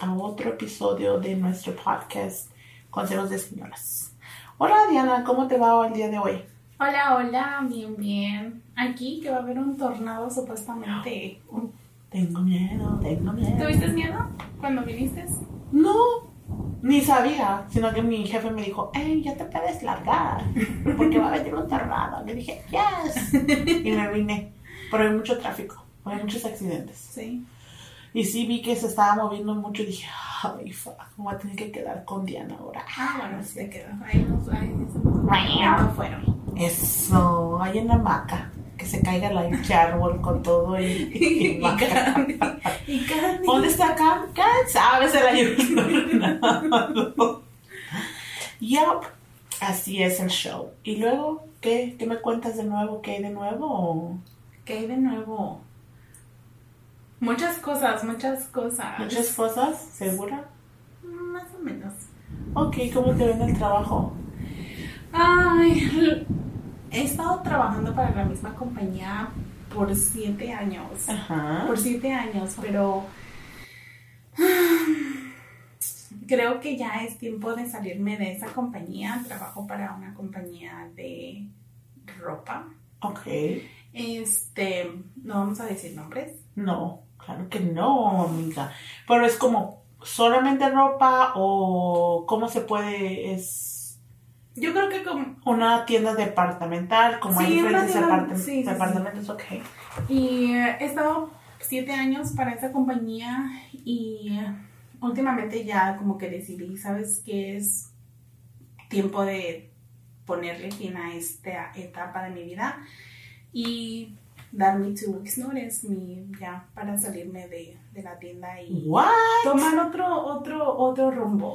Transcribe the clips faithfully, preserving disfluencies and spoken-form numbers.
a otro episodio de nuestro podcast Consejos de Señoras. Hola Diana, ¿cómo te va el día de hoy? Hola, hola, bien, bien. Aquí que va a haber un tornado supuestamente. Tengo miedo, tengo miedo. ¿Tuviste miedo cuando viniste? No, ni sabía, sino que mi jefe me dijo, hey, ya te puedes largar, porque va a venir un tornado. Le dije, yes, y me vine, pero hay mucho tráfico, hay muchos accidentes. Sí. Y sí vi que se estaba moviendo mucho y dije, ay, fuck, me voy a tener que quedar con Diana ahora. Ah, bueno, sí te quedó. Ahí nos ahí fueron. Eso, ahí en la hamaca, que se caiga la árbol con todo y, y, y Candy. Y Candy. ¿Dónde está Cam? Candy, sabes, el ayuno. Yup, así es el show. Y luego, ¿qué? ¿Qué me cuentas de nuevo? ¿Qué hay de nuevo? ¿Qué hay de nuevo? Muchas cosas, muchas cosas. ¿Muchas cosas? ¿Segura? Más o menos. Ok, ¿cómo te ven el trabajo? Ay, he estado trabajando para la misma compañía por siete años. Ajá. Por siete años, pero creo que ya es tiempo de salirme de esa compañía. Trabajo para una compañía de ropa. Ok. Este, no vamos a decir nombres. No, claro que no, amiga. Pero es como solamente ropa o cómo se puede, es Yo creo que como una tienda departamental, como sí, hay diferentes tienda, depart- sí, sí, departamentos, sí. ok. Y eh, he estado siete años para esa compañía y eh, últimamente ya como que decidí, ¿sabes qué? Es tiempo de ponerle fin a esta etapa de mi vida y dar mi two weeks notice, mi, ya para salirme de, de la tienda y What? tomar otro, otro, otro rumbo.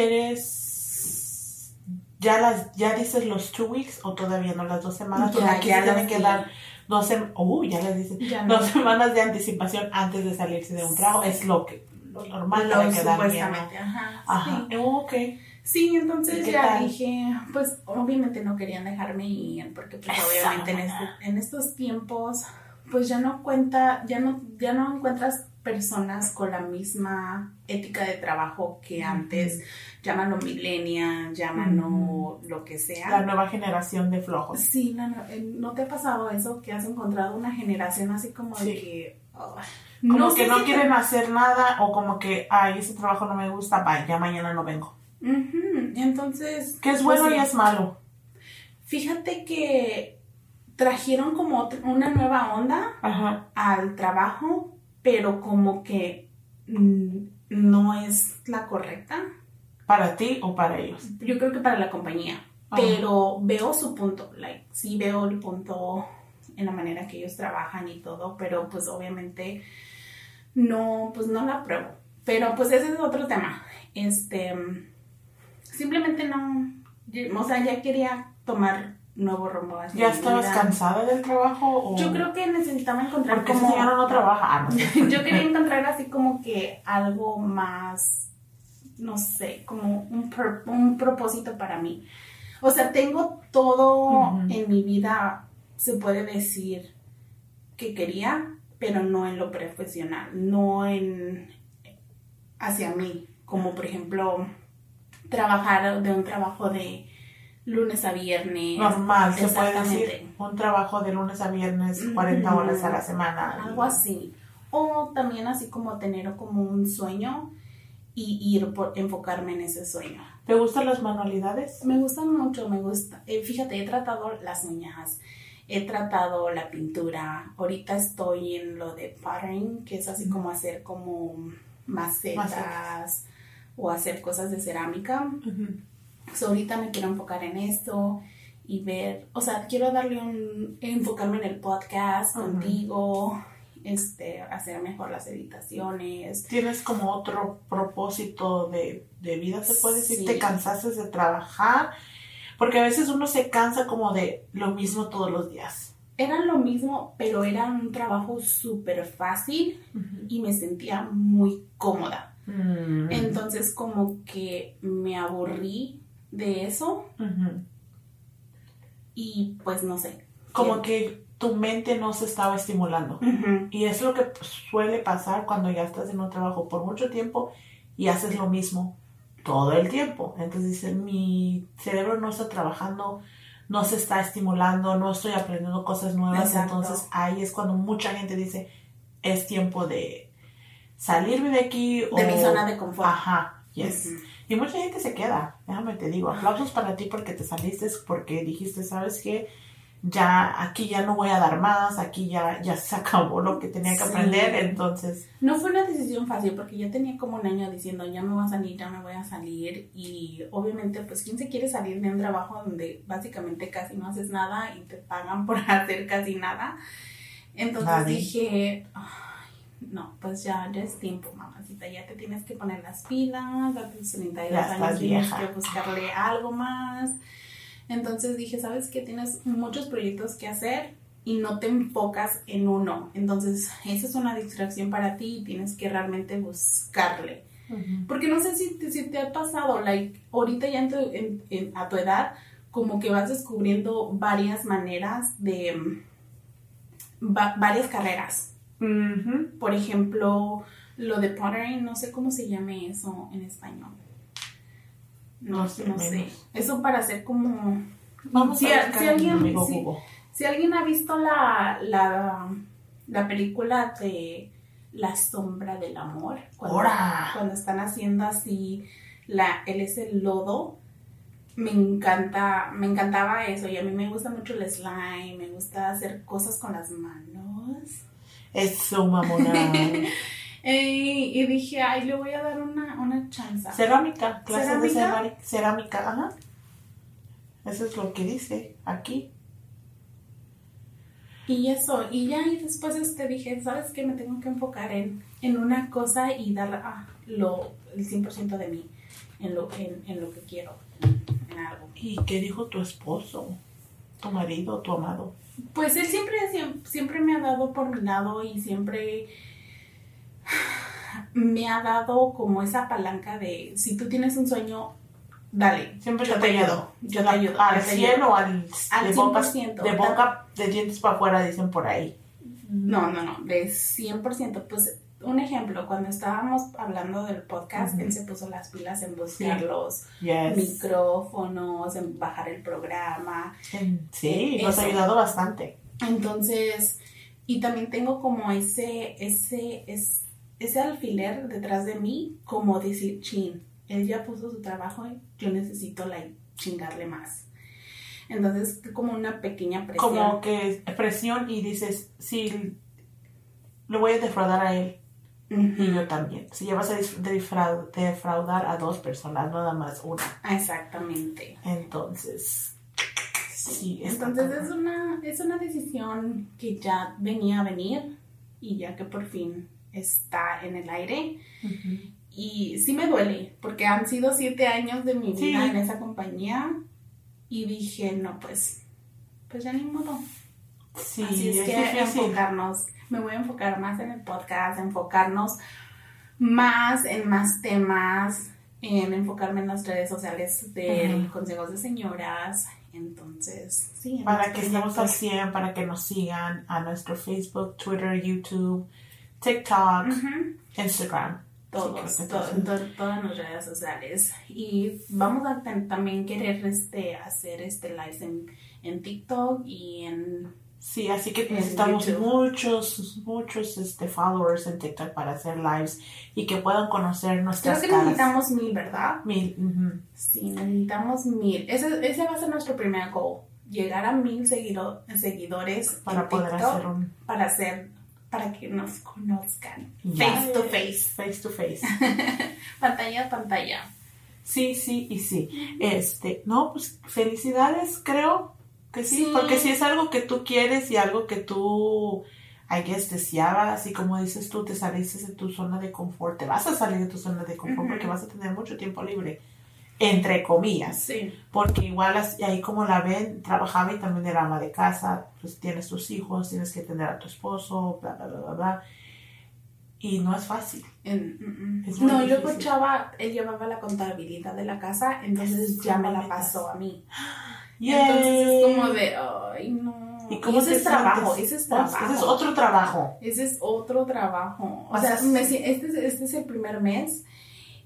¿Quieres ya las ya dices los two weeks o todavía no las dos semanas? Porque Ya, aquí ya se tienen las que di. dar dos sem- uh, ya las dices. Ya no. Dos semanas de anticipación antes de salirse de un trabajo es lo que lo normal para Lo quedar bien, ¿no? supuestamente, ajá. Ajá. Sí. Oh, ok. Sí, ¿Y entonces qué ya tal? dije, pues obviamente no querían dejarme ir porque pues Esa obviamente en, este, en estos tiempos pues ya no cuenta, ya no, ya no encuentras personas con la misma ética de trabajo que antes, llámalo millennial, llámalo Ujú. lo que sea. La nueva generación de flojos. Sí, no, no, eh, ¿no te ha pasado eso que has encontrado una generación así como Sí. de que oh, Como no que sé no si quieren hacer nada o como que, ay, ese trabajo no me gusta, bye, ya mañana no vengo. Ujú, entonces Que es bueno pues, y es malo. fíjate que trajeron como otra- una nueva onda Ajá. al trabajo, pero como que mm, no es la correcta. ¿Para ti o para ellos? Yo creo que para la compañía, Ajá. pero veo su punto, like, sí veo el punto en la manera que ellos trabajan y todo, pero pues obviamente no, pues no la apruebo. Pero pues ese es otro tema. Este, simplemente no, o sea, ya quería tomar nuevo rumbo hacia ¿Ya mi estabas vida. cansada del trabajo? O... Yo creo que necesitaba encontrar Porque como... esa señora no trabaja. Ah, no sé. Yo quería encontrar así como que algo más, no sé, como un, pur- un propósito para mí. O sea, tengo todo Ujú. en mi vida, se puede decir, que quería, pero no en lo profesional, no en hacia mí. Como por ejemplo, trabajar de un trabajo de lunes a viernes. Normal, se puede Exactamente. decir. Un trabajo de lunes a viernes, cuarenta Ujú. horas a la semana. Algo así. O también así como tener como un sueño y ir por enfocarme en ese sueño. ¿Te gustan las manualidades? Me gustan mucho, me gusta. Eh, fíjate, he tratado las uñas, he tratado la pintura. Ahorita estoy en lo de pattern, que es así como hacer como macetas, Macetas. o hacer cosas de cerámica. Uh-huh. So, ahorita me quiero enfocar en esto y ver, o sea, quiero darle un, enfocarme en el podcast Ujú. contigo, este, hacer mejor las editaciones. ¿Tienes como otro propósito de, de vida, se puede decir? Sí. ¿Te cansaste de trabajar? Porque a veces uno se cansa como de lo mismo todos los días. Era lo mismo, pero era un trabajo súper fácil Uh-huh. y me sentía muy cómoda. Mm. Entonces como que me aburrí de eso Uh-huh. y pues no sé. Como que tu mente no se estaba estimulando. Ujú. Y es lo que suele pasar cuando ya estás en un trabajo por mucho tiempo y haces lo mismo todo el tiempo. Entonces dice, mi cerebro no está trabajando, no se está estimulando, no estoy aprendiendo cosas nuevas. Exacto. Entonces ahí es cuando mucha gente dice, es tiempo de salirme de aquí. De o... mi zona de confort. Ajá, yes. Uh-huh. Y mucha gente se queda, déjame te digo, aplausos para ti porque te saliste, porque dijiste, ¿sabes qué? Ya, aquí ya no voy a dar más, aquí ya, ya se acabó lo que tenía que sí. aprender, entonces... No fue una decisión fácil, porque ya tenía como un año diciendo, ya me voy a salir, ya me voy a salir, y obviamente, pues, ¿quién se quiere salir de un trabajo donde básicamente casi no haces nada y te pagan por hacer casi nada? Entonces Nadie. dije... No, pues ya, ya es tiempo, mamacita, ya te tienes que poner las pilas, a tus treinta y dos años tienes que buscarle algo más. Entonces dije, ¿sabes qué? Tienes muchos proyectos que hacer y no te enfocas en uno. Entonces, esa es una distracción para ti y tienes que realmente buscarle. Uh-huh. Porque no sé si te, si te ha pasado, like, ahorita ya en tu, en, en, a tu edad, como que vas descubriendo varias maneras de, va, varias carreras. Uh-huh. Por ejemplo, lo de pottery, no sé cómo se llame eso en español. No, no sé. No sé. Eso para hacer como... Vamos si, a si, alguien, si, si alguien ha visto la, la, la película de La sombra del amor, cuando, cuando están haciendo así, la, él es el lodo, me encanta, me encantaba eso. Y a mí me gusta mucho el slime, me gusta hacer cosas con las manos. Eso, mamona. y, y dije, ay, le voy a dar una, una chance. Cerámica, clases ¿Cerámica? de cerámica, cerámica, ajá. Eso es lo que dice aquí. Y eso, y ya, y después este dije, ¿sabes qué? Me tengo que enfocar en, en una cosa y dar ah, lo, el cien por ciento de mí en lo, en, en lo que quiero, en algo. ¿Y qué dijo tu esposo? ¿Tu marido, tu amado? Pues él siempre, siempre, siempre me ha dado por mi lado y siempre me ha dado como esa palanca de, si tú tienes un sueño, dale. Siempre yo te ayudo. Yo te ayudo. ¿Al cien o al, al de boca, de boca, de dientes para afuera, dicen por ahí? No, no, no, de cien por ciento. Pues un ejemplo, cuando estábamos hablando del podcast, uh-huh. él se puso las pilas en buscar sí. los yes. micrófonos, en bajar el programa. Sí, eh, nos ha ayudado bastante. Entonces, y también tengo como ese, ese, ese, ese alfiler detrás de mí, como decir, chin, él ya puso su trabajo, yo necesito like, chingarle más. Entonces, como una pequeña presión. Como que presión y dices, sí, lo voy a defraudar a él. Uh-huh. Y yo también. Si ya vas a defraud- defraudar a dos personas, no nada más una. Exactamente. Entonces, sí. Entonces es una, es una decisión que ya venía a venir y ya que por fin está en el aire. Uh-huh. Y sí me duele, porque han sido siete años de mi vida sí. en esa compañía y dije, no, pues, pues ya ni modo. Sí, así es, es que difícil. enfocarnos, me voy a enfocar más en el podcast, enfocarnos más en más temas, en enfocarme en las redes sociales de uh-huh. consejos de señoras. Entonces, sí. Para que estemos al cien, para que nos sigan a nuestro Facebook, Twitter, YouTube, TikTok, uh-huh. Instagram. Todos, sí, to, to, todas las redes sociales. Y vamos a ten, también querer este, hacer este lives en, en TikTok y en... Sí, así que necesitamos YouTube. muchos, muchos este, followers en TikTok para hacer lives y que puedan conocer nuestras Creo que caras. necesitamos mil, ¿verdad? Mil. Uh-huh. Sí, necesitamos mil. Ese, ese va a ser nuestro primer goal. Llegar a mil seguido, seguidores para en poder TikTok, hacer un... Para hacer... para que nos conozcan. Yeah. Face to face. Face to face. Pantalla a pantalla. Sí, sí y sí. Este, no, pues felicidades, creo que sí, sí. Porque si es algo que tú quieres y algo que tú, I guess, deseabas, y como dices tú, te saliste de tu zona de confort, te vas a salir de tu zona de confort uh-huh. porque vas a tener mucho tiempo libre, entre comillas. Sí. Porque igual ahí como la ven, trabajaba y también era ama de casa, pues tienes tus hijos, tienes que atender a tu esposo, bla, bla, bla, bla, bla. Y no es fácil. En, es no, y luego Chava, él llevaba la contabilidad de la casa, entonces es ya me la pasó a mí. Yay. Entonces es como de, ay, no. ¿Y cómo ese es trabajo, ese es trabajo. Ese es otro trabajo. Ese es otro trabajo. O sea, me, este, es, este es el primer mes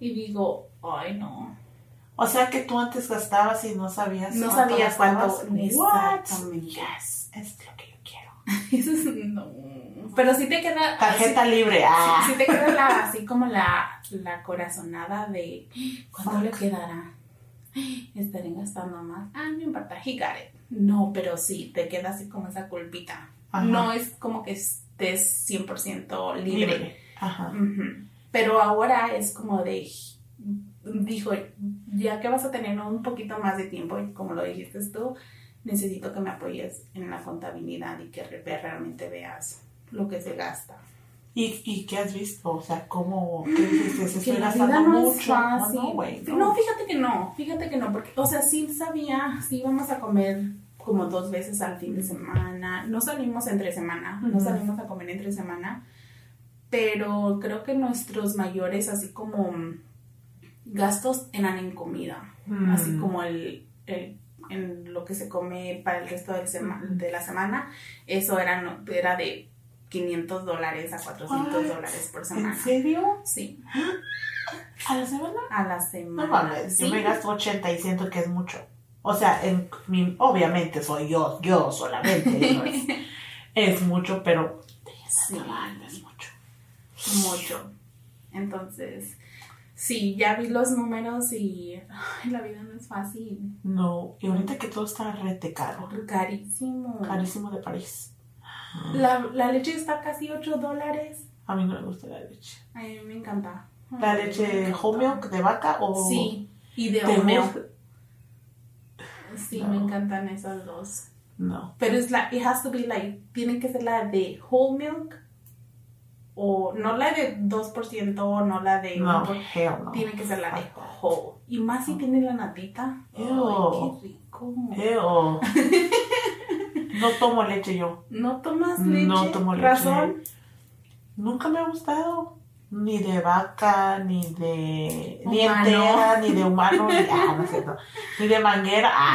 y digo, ay, no. O sea que tú antes gastabas y no sabías. No sabía cuánto. Exactamente. Yes, es lo que yo quiero. Eso es, no. Pero sí te queda. Tarjeta así, libre. Ah. Sí, sí te queda la, así como la, la corazonada de ¿cuánto Fuck. le quedará? Estaré gastando más. Ah, no importa, he got it. No, pero sí, te queda así como esa culpita. Ajá. No es como que estés cien por ciento libre. Libre. Ajá. Uh-huh. Pero ahora es como de, dijo, ya que vas a tener un poquito más de tiempo, y como lo dijiste tú, necesito que me apoyes en la contabilidad y que re- realmente veas lo que se gasta. ¿Y, ¿Y qué has visto? O sea, ¿cómo? ¿Qué dices? Estoy Que la gastando vida no es mucho. fácil. No, güey. no. no, fíjate que no, fíjate que no, porque, o sea, sí sabía, sí íbamos a comer como dos veces al fin de semana, no salimos entre semana, uh-huh. no salimos a comer entre semana, pero creo que nuestros mayores, así como gastos, eran en comida, mm. así como el, el, en lo que se come para el resto del sema- de la semana, eso era, era de quinientos dólares a cuatrocientos dólares por semana. ¿En serio? Sí. ¿A la semana? A la semana. No mames, ¿Sí? yo me gasto ochenta y siento que es mucho. O sea, en mi, obviamente soy yo, yo solamente, no es, es mucho, pero sí, es mucho. Mucho. Entonces, sí, ya vi los números y ay, la vida no es fácil. No, y ahorita que todo está rete caro. Carísimo. Carísimo de París. La, la leche está casi ocho dólares. A mí no me gusta la leche. A mí me encanta. ¿La Ay, leche whole milk de vaca o...? Sí, y de ¿Te whole gusta? milk. Sí, No. me encantan esas dos. No. Pero es la, it has to be like, tiene que ser la de whole milk. O no la de dos por ciento, no la de... No, por, hell no. tiene que ser la de whole. Y más si tiene la natita. Ew. Ay, qué rico. Ew. No tomo leche yo. ¿No tomas leche? No tomo leche. ¿Razón? Nunca me ha gustado. Ni de vaca, ni de... Ni Humano. entera, ni de humano, ni... Ah, no es cierto. Ni de manguera. Ah.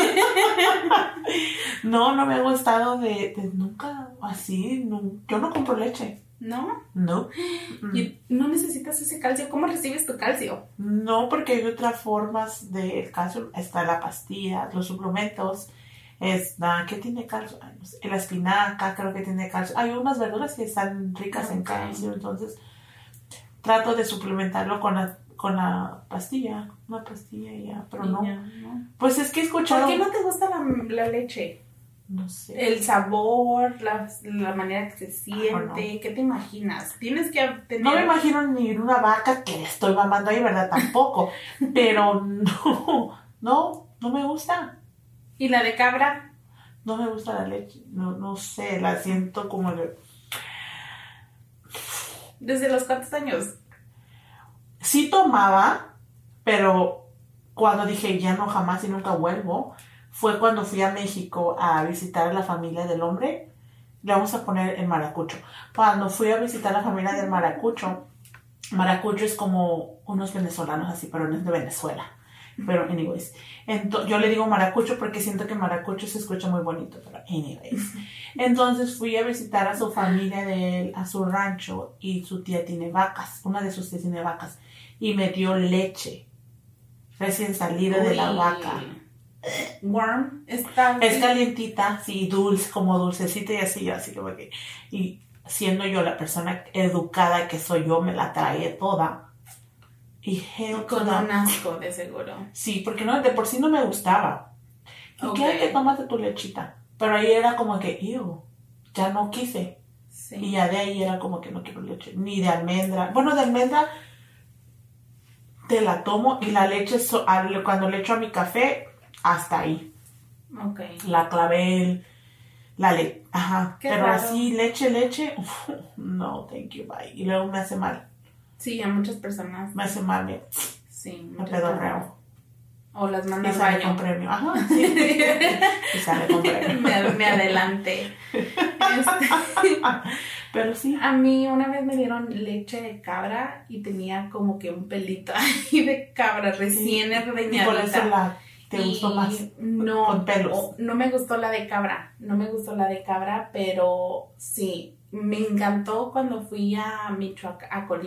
No, no me ha gustado de... de nunca así. No, yo no compro leche. ¿No? No. Y no necesitas ese calcio. ¿Cómo recibes tu calcio? No, porque hay otras formas de calcio. Está la pastilla, los suplementos. Está, ¿qué tiene calcio? Ay, no sé. La espinaca creo que tiene calcio. Hay unas verduras que están ricas en Okay. calcio, entonces trato de suplementarlo con la, con la pastilla. Una pastilla y ya, pero Y no. ya, ¿no? Pues es que he escuchado... ¿Por qué no te gusta la, la leche? No sé. El sabor, la, la manera que se siente, Ah, no. ¿qué te imaginas? Tienes que tener... No me imagino ni una vaca que estoy mamando ahí, ¿verdad? Tampoco. Pero no, no, no me gusta. ¿Y la de cabra? No me gusta la leche. No, no sé, la siento como de... ¿Desde los cuántos años? Sí tomaba, pero cuando dije ya no, jamás y nunca vuelvo, fue cuando fui a México a visitar a la familia del hombre. Le vamos a poner el maracucho. Cuando fui a visitar a la familia del maracucho, maracucho es como unos venezolanos así, pero no es de Venezuela. Pero anyways, ento- yo le digo maracucho porque siento que maracucho se escucha muy bonito, pero anyways. Entonces fui a visitar a su familia de él, a su rancho, y su tía tiene vacas, una de sus tías tiene vacas, y me dio leche recién salida de la Uy. vaca. Warm. Está Es calientita, sí, dulce, como dulcecita y así, así como que, y siendo yo la persona educada que soy yo, me la tragué toda. Y hell to con the- un asco, de seguro. Sí, porque no, de por sí no me gustaba. ¿Y Ok. qué que tomas de tu lechita? Pero ahí era como que, ew, ya no quise. Sí. Y ya de ahí era como que no quiero leche. Ni de almendra. Bueno, de almendra te la tomo y la leche, so- al- cuando le echo a mi café, hasta ahí. Ok. La clavel, la leche. Ajá. Qué Pero raro. así, leche, leche, uf, no, thank you, bye. Y luego me hace mal. Sí, a muchas personas. Me hace mal, me, Sí. me muchas personas. pedorreo. O las Y mandas sale baño. con premio. Ajá, sí. Y sale con premio. me, me adelanté. Este, Pero sí. a mí una vez me dieron leche de cabra y tenía como que un pelito ahí de cabra recién Y por eso ordeñadita. la, te Y gustó más. No, con pelos. o- no me gustó la de cabra, no me gustó la de cabra, pero sí, me encantó cuando fui a Michoacán, a Colima,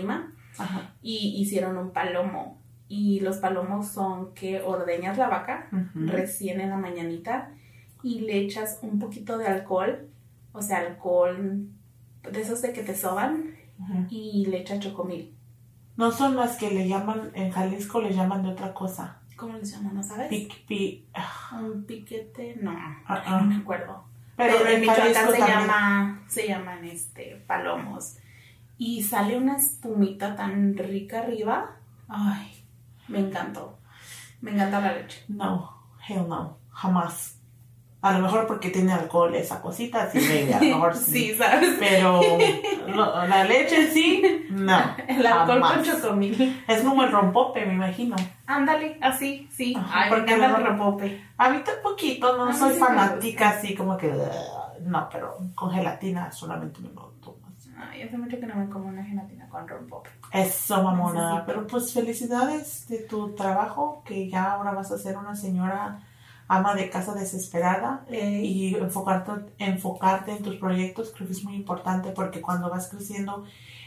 Ajá. y hicieron un palomo. Y los palomos son que ordeñas la vaca uh-huh. recién en la mañanita y le echas un poquito de alcohol, o sea, alcohol de esos de que te soban, uh-huh. y le echas chocomil. No son las que le llaman, en Jalisco le llaman de otra cosa. ¿Cómo les llaman? ¿No sabes? Pic, pic. Un piquete, no, uh-uh. no me acuerdo. Pero, Pero en Michoacán se, también. llama, se llaman este, palomos. Y sale una espumita tan rica arriba. Ay, me encantó. Me encanta la leche. No, hell no, jamás. A lo mejor porque tiene alcohol esa cosita, sí, maybe, a lo mejor sí. Sí, ¿sabes? Pero no, la leche en sí, no. El alcohol jamás. con chocomil. Es como el rompope, me imagino. Ándale, así, sí. Ajá, Ay, porque me encanta el el rompope. A mí tampoco, no A mí soy sí me fanática gusta. así como que... Uh, no, pero con gelatina solamente me lo tomo. Ay, hace mucho que no me como una gelatina con rompope. Eso, mamona. Necesito. Pero pues felicidades de tu trabajo, que ya ahora vas a ser una señora ama de casa desesperada, Eh. y enfocarte, enfocarte en tus proyectos creo que es muy importante, porque cuando vas creciendo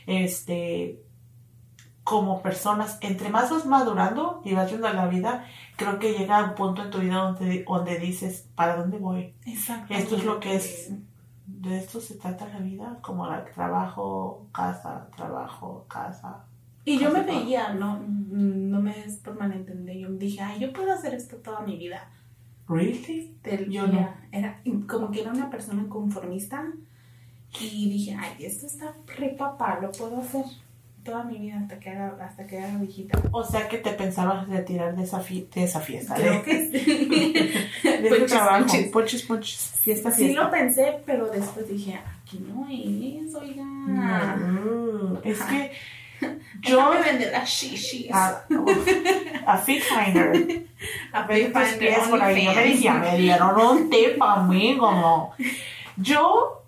este, como personas, entre más vas madurando y vas viendo la vida, creo que llega un punto en tu vida donde, donde dices, ¿para dónde voy? Exacto. Esto es lo que es, de esto se trata la vida, como el trabajo, casa, trabajo, casa. Y yo me casa, veía, no, no me es por malentender, yo dije, ay, yo puedo hacer esto toda mi vida. ¿Really? Del Yo día. Era como que era una persona conformista y dije, ay, esto está re papá, lo puedo hacer toda mi vida hasta que haga, hasta que haga viejita. O sea que te pensabas retirar de esa, fi- de esa fiesta. Creo de, que sí. de ese Ponches, trabajo. ponches. Ponches, ponches. Fiesta, Sí fiesta. lo pensé, pero después dije, aquí no es, oiga. Mm, es Ajá. que Yo yo... me vender las shishis. A, a Fit Finder. A Vende tus Finder, pies por ahí. Yo me OnlyFans. decía, me dieron un tip a mí, como... Yo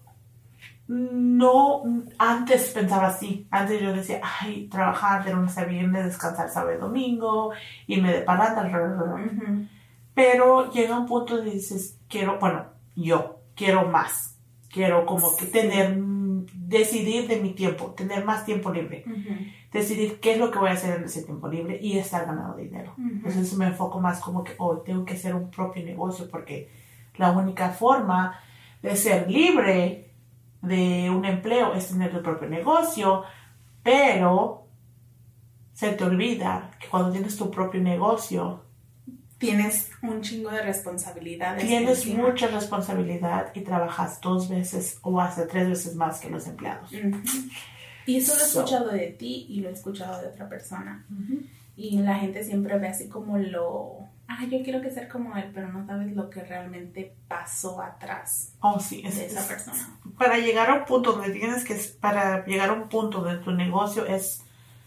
no... Antes pensaba así. Antes yo decía, ay, trabajar de lunes a viernes, descansar sábado y domingo, irme de parada. Ujú. Pero llega un punto donde dices, quiero, bueno, yo quiero más. Quiero como que tener, decidir de mi tiempo, tener más tiempo libre. Ujú. Decidir qué es lo que voy a hacer en ese tiempo libre y estar ganando dinero. Ujú. Entonces me enfoco más como que, oh, tengo que hacer un propio negocio, porque la única forma de ser libre de un empleo es tener tu propio negocio, pero se te olvida que cuando tienes tu propio negocio, Tienes un chingo de responsabilidades. tienes encima. mucha responsabilidad y trabajas dos veces o hasta tres veces más que los empleados. Ujú. Y eso lo he So. escuchado de ti y lo he escuchado de otra persona. Uh-huh. Y la gente siempre ve así como lo... Ah, yo quiero que ser como él, pero no sabes lo que realmente pasó atrás Oh, sí, es, de esa es- persona. para llegar a un punto donde tienes que, para llegar a un punto donde tu negocio es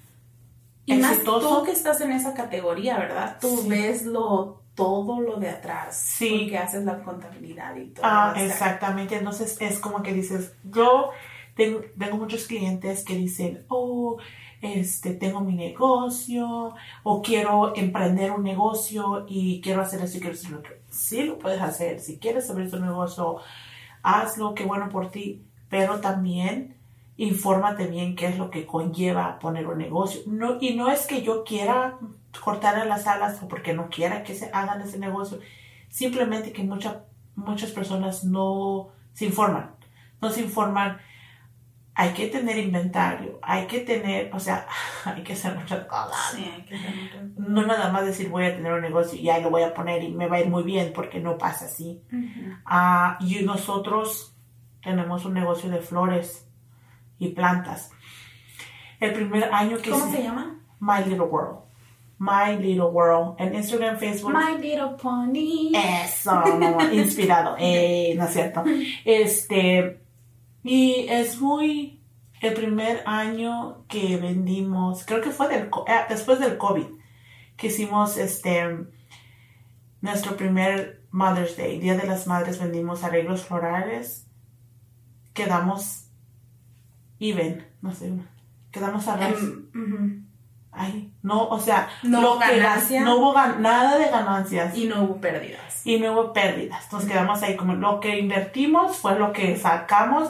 Y más exitoso. tú que estás en esa categoría, ¿verdad? Tú Sí. ves lo todo lo de atrás. Sí. Porque haces la contabilidad y todo. Ah, o sea, exactamente. Entonces es como que dices, yo tengo, tengo muchos clientes que dicen, oh, este, tengo mi negocio, o quiero emprender un negocio y quiero hacer eso y quiero hacer lo otro. Sí lo puedes hacer. Si quieres abrir tu negocio, hazlo, qué bueno por ti, pero también infórmate bien qué es lo que conlleva poner un negocio. No, y no es que yo quiera cortarle las alas o porque no quiera que se hagan ese negocio, simplemente que mucha, muchas personas no se informan, no se informan. Hay que tener inventario, hay que tener, o sea, hay que hacer muchas cosas. Sí, hay que hacer mucho. No nada más decir voy a tener un negocio y ya lo voy a poner y me va a ir muy bien, porque no pasa así. Ujú. Ah, y nosotros tenemos un negocio de flores y plantas. El primer año que ¿Cómo hice- se llama? My Little World. My Little World. En Instagram, Facebook. My Little Pony. Eso, no, inspirado. Eh, no es cierto. Este, y es muy, el primer año que vendimos, creo que fue del, co- eh, después del COVID, que hicimos este, nuestro primer Mother's Day, Día de las Madres, vendimos arreglos florales, quedamos even, no sé, quedamos a ras. Em, ujú. Ay, no, o sea, No lo hubo que ganancia. gas- no hubo gan- nada de ganancias. Y no hubo pérdidas. Y no hubo pérdidas. Nos quedamos ahí como lo que invertimos fue lo que sacamos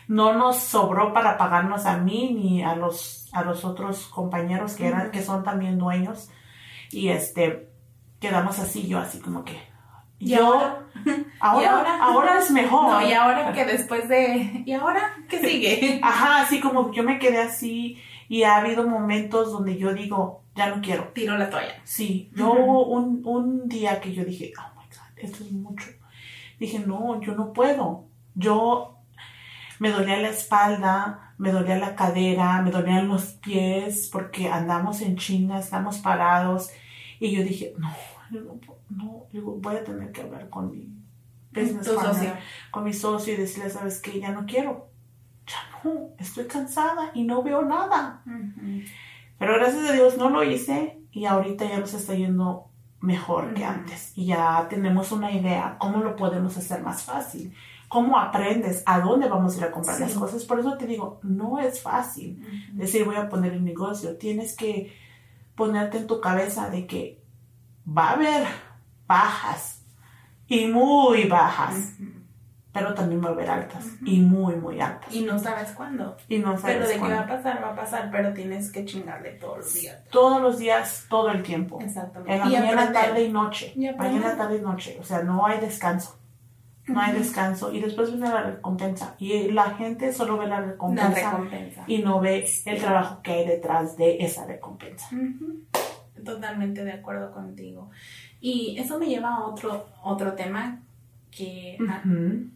no nos sobró para pagarnos a mí ni a los, a los otros compañeros que eran, uh-huh. que son también dueños. Y este, quedamos así, yo así como que, ¿Y yo, ahora? ahora, ¿Y ahora? ahora es mejor. No, y ahora que después de, ¿y ahora qué sigue? Ajá, así como yo me quedé así y ha habido momentos donde yo digo, ya no quiero. Tiro la toalla. Sí, yo hubo uh-huh. un, un día que yo dije, oh my God, esto es mucho. Dije, no, yo no puedo. Yo me dolía la espalda, me dolía la cadera, me dolían los pies porque andamos en China, estamos parados. Y yo dije, no, yo no, no yo voy a tener que hablar con mi business partner, con mi socio y decirle, ¿sabes qué? Ya no quiero. Ya no, estoy cansada y no veo nada. Uh-huh. Pero gracias a Dios no lo hice y ahorita ya nos está yendo mejor uh-huh. que antes. Y ya tenemos una idea cómo lo podemos hacer más fácil. ¿Cómo aprendes? ¿A dónde vamos a ir a comprar sí. las cosas? Por eso te digo, no es fácil uh-huh. decir voy a poner el negocio. Tienes que ponerte en tu cabeza de que va a haber bajas y muy bajas, uh-huh. pero también va a haber altas uh-huh. y muy, muy altas. Y no sabes cuándo. Y no sabes Pero de cuándo. qué va a pasar, va a pasar, pero tienes que chingarle todos los días. Todos los días, todo el tiempo. Exactamente. En la y mañana, aprender. tarde y noche. Y mañana, tarde y noche. O sea, no hay descanso. No hay descanso y después viene la recompensa y la gente solo ve la recompensa, la recompensa. y no ve el trabajo que hay detrás de esa recompensa. Uh-huh. Totalmente de acuerdo contigo. Y eso me lleva a otro, otro tema que uh-huh.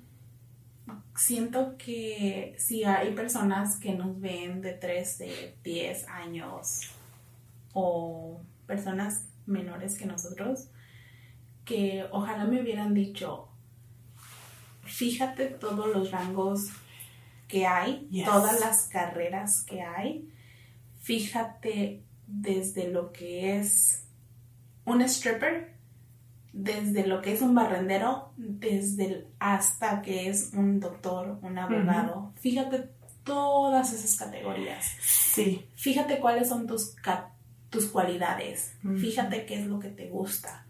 siento que si hay personas que nos ven de tres, de diez años o personas menores que nosotros, que ojalá me hubieran dicho, fíjate todos los rangos que hay, yes. todas las carreras que hay. Fíjate desde lo que es un stripper, desde lo que es un barrendero, desde el, hasta que es un doctor, un abogado. Uh-huh. Fíjate todas esas categorías. Sí. Fíjate cuáles son tus, tus cualidades. Uh-huh. Fíjate qué es lo que te gusta.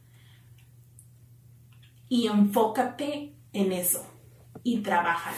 Y enfócate en eso y trabájalo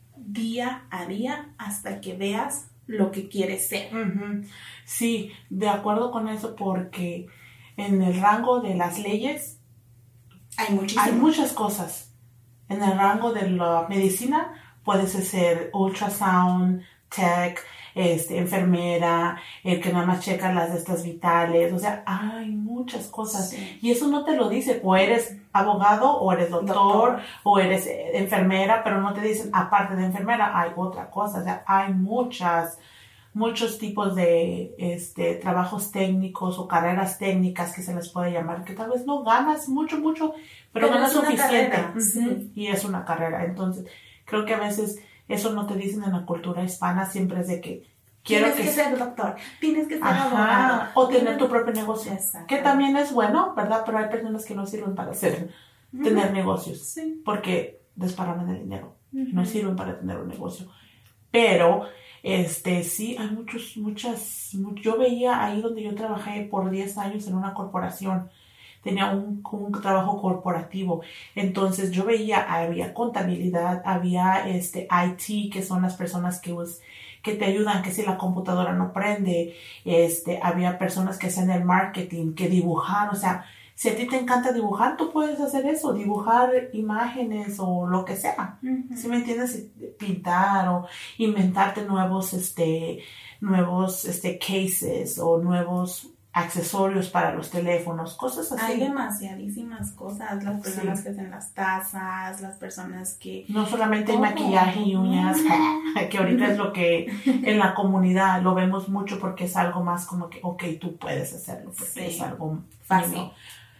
día a día hasta que veas lo que quieres ser. Uh-huh. Sí, de acuerdo con eso porque en el rango de las leyes hay muchísimo. Hay muchas cosas. En el rango de la medicina puedes hacer ultrasound, tech, este, enfermera, el que nada más checa las de estas vitales, o sea, hay muchas cosas. Sí. Y eso no te lo dice, o eres abogado, o eres doctor, doctor, o eres enfermera, pero no te dicen, aparte de enfermera, hay otra cosa, o sea, hay muchas, muchos tipos de este, trabajos técnicos o carreras técnicas que se les puede llamar, que tal vez no ganas mucho, mucho, pero, pero ganas es suficiente. Uh-huh. Sí. Y es una carrera. Entonces, creo que a veces eso no te dicen en la cultura hispana, siempre es de que quiero tienes que, que ser doctor, tienes que ser Ajá, abogado. O tener tu propio negocio. Exacto. Que también es bueno, ¿verdad? Pero hay personas que no sirven para hacer, uh-huh. tener negocios. Sí. Porque desparraman el dinero. Uh-huh. No sirven para tener un negocio. Pero, este, sí, hay muchos, muchas, yo veía ahí donde yo trabajé por diez años en una corporación. Tenía un, un trabajo corporativo. Entonces yo veía, había contabilidad, había este I T, que son las personas que, pues, que te ayudan, que si la computadora no prende, este, había personas que hacían el marketing, que dibujar, o sea, si a ti te encanta dibujar, tú puedes hacer eso, dibujar imágenes o lo que sea. Uh-huh. ¿Sí me entiendes? Pintar o inventarte nuevos, este, nuevos, este, cases o nuevos accesorios para los teléfonos, cosas así. Hay demasiadísimas cosas, las personas sí. que hacen las tazas, las personas que... No solamente hay oh. maquillaje y uñas, que ahorita es lo que en la comunidad lo vemos mucho porque es algo más como que, ok, tú puedes hacerlo porque sí. es algo fácil. You know.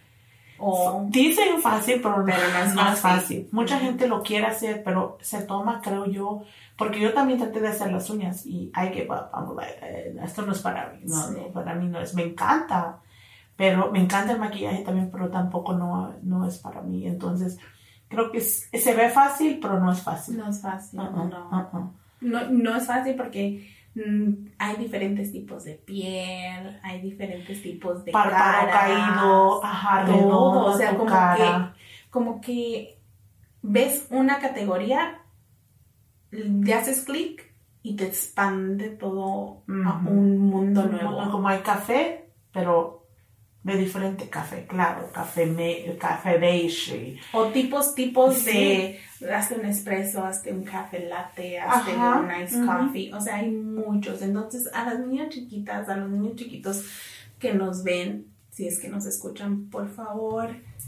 O... Dicen fácil, pero, pero no, es, no fácil. es fácil. Mucha uh-huh. gente lo quiere hacer, pero se toma, creo yo, porque yo también traté de hacer las uñas y I gave up. I'm like, eh, esto no es para mí, no, sí. no, para mí no es. Me encanta, pero me encanta el maquillaje también, pero tampoco no, no es para mí. Entonces, creo que es, se ve fácil, pero no es fácil. No es fácil, uh-uh, no. Uh-uh. no. No es fácil porque mm, hay diferentes tipos de piel, hay diferentes tipos de párpado caído, ajá, todo, redondo, o sea, tu como cara. que, como que ves una categoría, le haces clic y te expande todo uh-huh. a un mundo un nuevo. Mundo como hay café, pero de diferente café, claro, café, me, café beige. O tipos, tipos sí. de, hazte un espresso, hazte un café latte, hazte Ajá. un nice uh-huh. coffee, o sea, hay muchos. Entonces, a las niñas chiquitas, a los niños chiquitos que nos ven, si es que nos escuchan, por favor,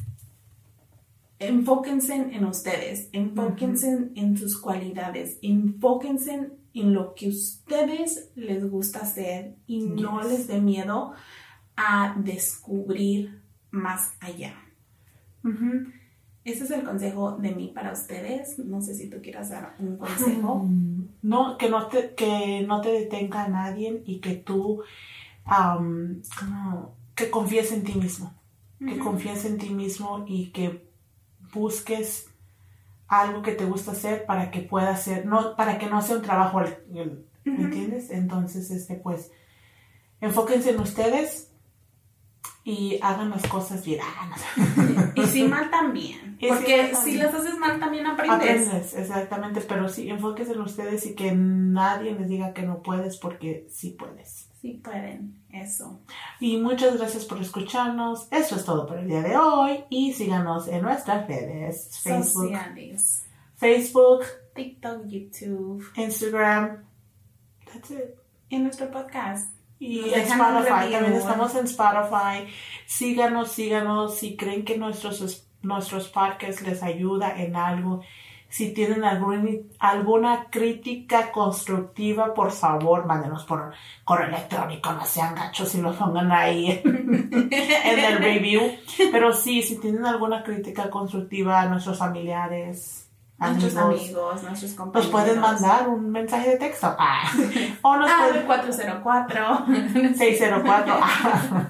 enfóquense en ustedes, enfóquense uh-huh. en sus cualidades, enfóquense en lo que a ustedes les gusta hacer y yes. no les dé miedo a descubrir más allá. Uh-huh. Ese es el consejo de mí para ustedes. No sé si tú quieras dar un consejo. No, que no te, que no te detenga a nadie y que tú um, como, que confíes en ti mismo. Uh-huh. Que confíes en ti mismo y que busques algo que te gusta hacer para que pueda ser, no, para que no sea un trabajo, ¿me uh-huh. entiendes? Entonces, este, pues, enfóquense en ustedes y hagan las cosas bien. Y si mal también. Y porque si, mal si las haces mal también aprendes. Aprendes, exactamente. Pero sí, enfóquense en ustedes y que nadie les diga que no puedes, porque sí puedes. Sí pueden, eso. Y muchas gracias por escucharnos. Eso es todo por el día de hoy. Y síganos en nuestras redes. Facebook, sociales. Facebook, TikTok, YouTube, Instagram. That's it. En nuestro podcast. Y en Spotify, también estamos en Spotify. Síganos, síganos. Si creen que nuestros, nuestros podcasts les ayuda en algo, si tienen algún, alguna crítica constructiva, por favor, mándenos por correo electrónico, no sean gachos y lo pongan ahí en, en el review. Pero sí, si tienen alguna crítica constructiva a nuestros familiares, nuestros amigos, amigos, nuestros compañeros, nos pueden mandar un mensaje de texto. Ah. O nos ah, pueden... cuatro cero cuatro seis cero cuatro Ah.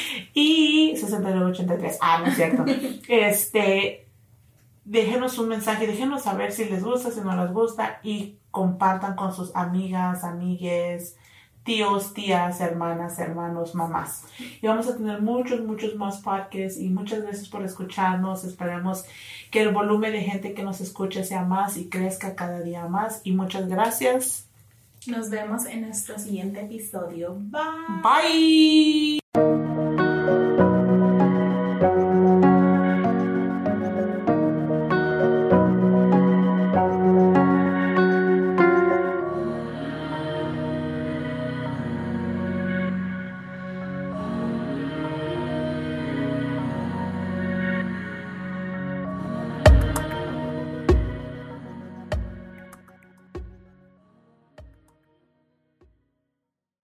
Y sesenta y nueve ochenta y tres Ah, no es cierto. Este, déjenos un mensaje, déjenos saber si les gusta, si no les gusta, y compartan con sus amigas, amigues, tíos, tías, hermanas, hermanos, mamás. Y vamos a tener muchos, muchos más podcasts y muchas gracias por escucharnos. Esperemos que el volumen de gente que nos escuche sea más y crezca cada día más. Y muchas gracias. Nos vemos en nuestro siguiente episodio. Bye. Bye.